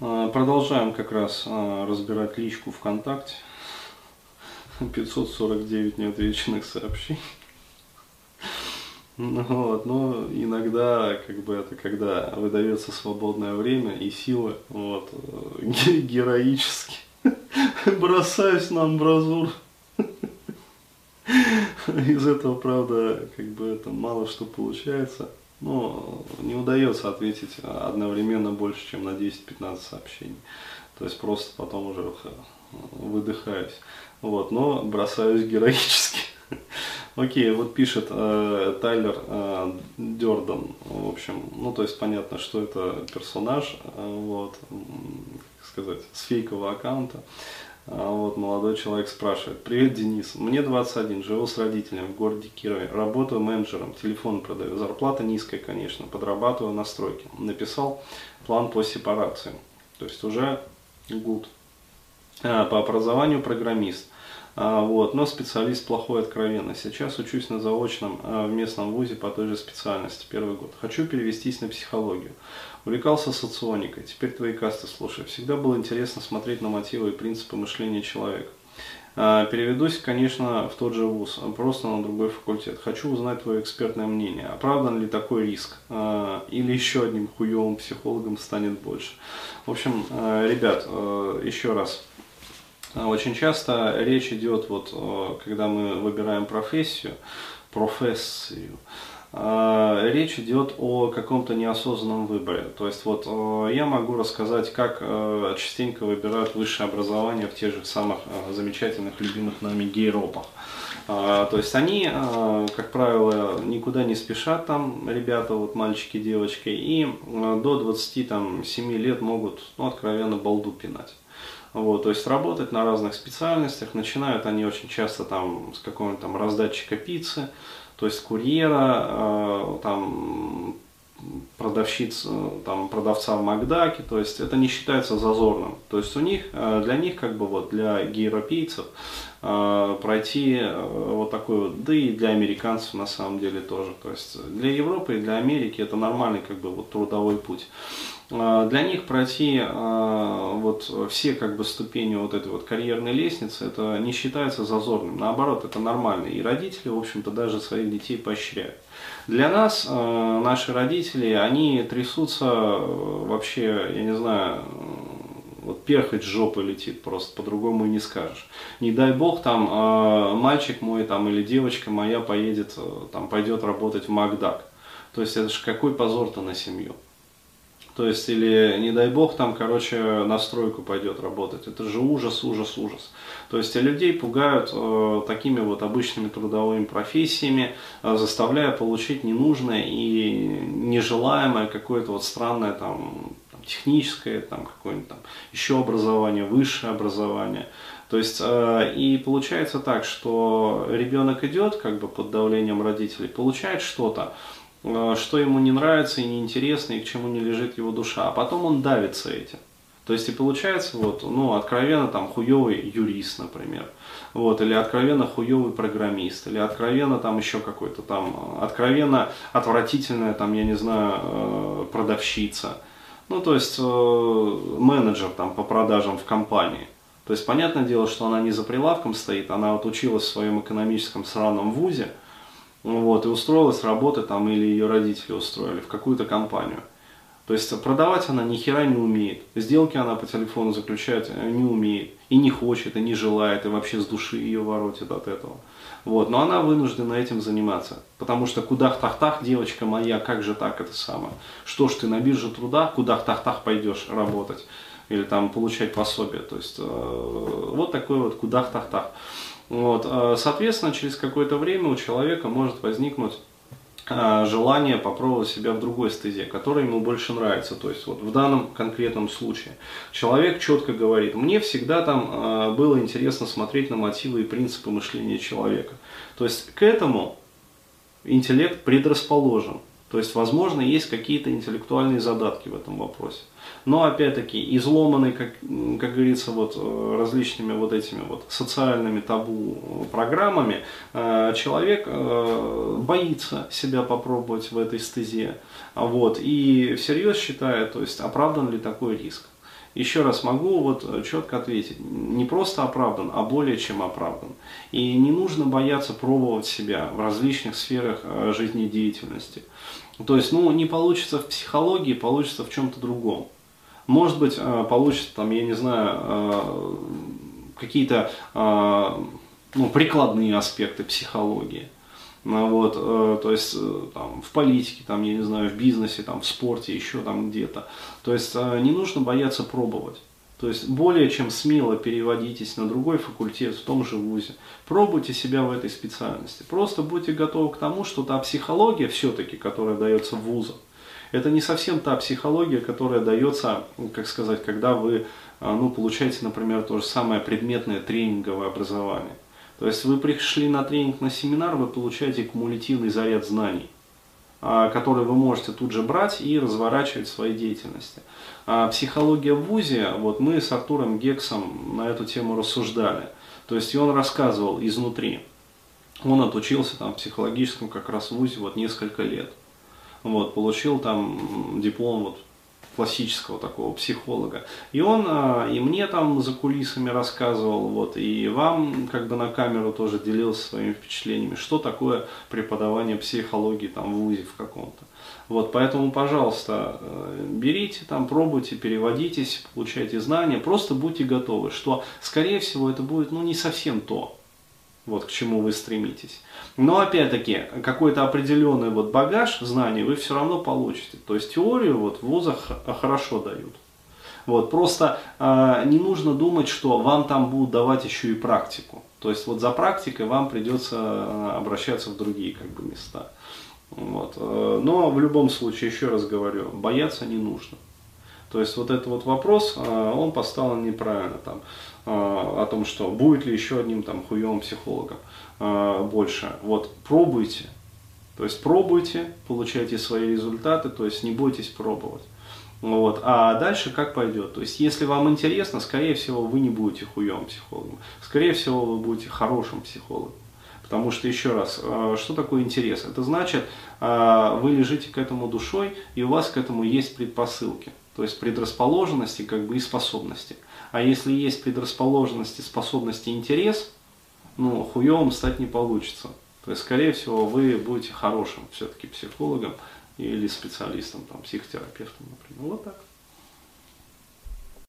Продолжаем как раз разбирать личку ВКонтакте. 549 неотвеченных сообщений. Вот, но иногда, это когда выдается свободное время и силы, героически бросаюсь на амбразуру. Из этого, правда, это мало что получается. Но не удается ответить одновременно больше, чем на 10-15 сообщений. То есть просто потом уже выдыхаюсь. Но бросаюсь героически. Окей, вот пишет Тайлер Дёрден. В общем, то есть понятно, что это персонаж, с фейкового аккаунта. Молодой человек спрашивает: привет, Денис, мне 21, живу с родителями в городе Кирове, работаю менеджером, телефон продаю, зарплата низкая, конечно, подрабатываю на стройке, написал план по сепарации, то есть уже good. По образованию программист, но специалист плохой откровенно, сейчас учусь на заочном в местном вузе по той же специальности, первый год, хочу перевестись на психологию. Увлекался соционикой, теперь твои касты слушаю. Всегда было интересно смотреть на мотивы и принципы мышления человека. Переведусь, конечно, в тот же вуз, просто на другой факультет. Хочу узнать твое экспертное мнение. Оправдан ли такой риск? Или еще одним хуевым психологом станет больше? В общем, ребят, еще раз. Очень часто речь идет, когда мы выбираем профессию, речь идет о каком-то неосознанном выборе. То есть я могу рассказать, как частенько выбирают высшее образование в тех же самых замечательных, любимых нами гейропах. То есть они, как правило, никуда не спешат, там ребята, мальчики, девочки, и до 27 лет могут, откровенно балду пинать. То есть работать на разных специальностях. Начинают они очень часто с какого-нибудь раздатчика пиццы, то есть курьера, продавца в Макдаке, то есть это не считается зазорным. То есть для них, для гейропейцев, пройти такой да и для американцев на самом деле тоже. То есть для Европы и для Америки это нормальный трудовой путь. Для них пройти все ступени этой карьерной лестницы, это не считается зазорным, наоборот, это нормально. И родители, в общем-то, даже своих детей поощряют. Для нас, наши родители, они трясутся вообще, я не знаю, перхоть с жопы летит, просто по-другому и не скажешь. Не дай бог, мальчик мой или девочка моя пойдет работать в Макдак. То есть это же какой позор-то на семью. То есть, или, не дай бог, на стройку пойдет работать. Это же ужас, ужас, ужас. То есть, людей пугают такими обычными трудовыми профессиями, заставляя получить ненужное и нежелаемое какое-то странное техническое, какое-нибудь еще образование, высшее образование. То есть, и получается так, что ребенок идет под давлением родителей, получает что-то, что ему не нравится и неинтересно, и к чему не лежит его душа, а потом он давится этим. То есть и получается откровенно хуёвый юрист, например, или откровенно хуёвый программист, или откровенно еще какой-то откровенно отвратительная я не знаю, продавщица, то есть менеджер по продажам в компании. То есть понятное дело, что она не за прилавком стоит, она училась в своем экономическом сраном вузе, и устроилась работать или ее родители устроили в какую-то компанию. То есть продавать она ни хера не умеет, сделки она по телефону заключать не умеет, и не хочет, и не желает, и вообще с души ее воротит от этого. Но она вынуждена этим заниматься, потому что кудах-тах-тах, девочка моя, как же так это самое? Что ж ты на бирже труда, кудах-тах-тах пойдешь работать, или получать пособие, то есть такой кудах-тах-тах. Соответственно, через какое-то время у человека может возникнуть желание попробовать себя в другой стезе, которая ему больше нравится. То есть в данном конкретном случае человек четко говорит: мне всегда было интересно смотреть на мотивы и принципы мышления человека. То есть к этому интеллект предрасположен. То есть, возможно, есть какие-то интеллектуальные задатки в этом вопросе. Но, опять-таки, изломанный, как говорится, различными этими социальными табу программами, человек боится себя попробовать в этой стезе. И всерьез считает, то есть, оправдан ли такой риск. еще раз могу вот четко ответить, не просто оправдан, а более чем оправдан. И не нужно бояться пробовать себя в различных сферах жизнедеятельности. То есть, ну, не получится в психологии, получится в чем-то другом. Может быть, получится, там, я не знаю, какие-то ну, прикладные аспекты психологии. Вот, то есть там, в политике, там, я не знаю, в бизнесе, там, в спорте, еще там где-то. То есть не нужно бояться пробовать. То есть более чем смело переводитесь на другой факультет в том же вузе. Пробуйте себя в этой специальности. Просто будьте готовы к тому, что та психология все-таки, которая дается в вузах, это не совсем та психология, которая дается, как сказать, когда вы ну, получаете, например, то же самое предметное тренинговое образование. То есть вы пришли на тренинг, на семинар, вы получаете кумулятивный заряд знаний, который вы можете тут же брать и разворачивать в своей деятельности. Психология в вузе, вот мы с Артуром Гексом на эту тему рассуждали. То есть и он рассказывал изнутри. Он отучился там в психологическом как раз вузе вот несколько лет. Вот, получил там диплом вот классического такого психолога. И он и мне там за кулисами рассказывал, вот, и вам, когда на камеру тоже делился своими впечатлениями, что такое преподавание психологии там в вузе в каком-то. Вот, поэтому, пожалуйста, берите там, пробуйте, переводитесь, получайте знания, просто будьте готовы, что, скорее всего, это будет, ну, не совсем то, вот к чему вы стремитесь. Но опять-таки, какой-то определенный вот багаж знаний вы все равно получите. То есть теорию вот в вузах хорошо дают. Вот, просто не нужно думать, что вам там будут давать еще и практику. То есть вот за практикой вам придется обращаться в другие как бы места. Вот. Но в любом случае, еще раз говорю, бояться не нужно. То есть вот этот вот вопрос, он поставлен неправильно, там, о том, что будет ли еще одним там хуевым психологом больше. Вот пробуйте, то есть пробуйте, получайте свои результаты, то есть не бойтесь пробовать. Вот. А дальше как пойдет. То есть если вам интересно, скорее всего вы не будете хуевым психологом, скорее всего вы будете хорошим психологом. Потому что, еще раз, что такое интерес? Это значит, вы лежите к этому душой, и у вас к этому есть предпосылки. То есть предрасположенности как бы и способности. А если есть предрасположенности, способности, интерес, ну, хуевым стать не получится. То есть, скорее всего, вы будете хорошим все-таки психологом или специалистом, там, психотерапевтом, например. Вот так.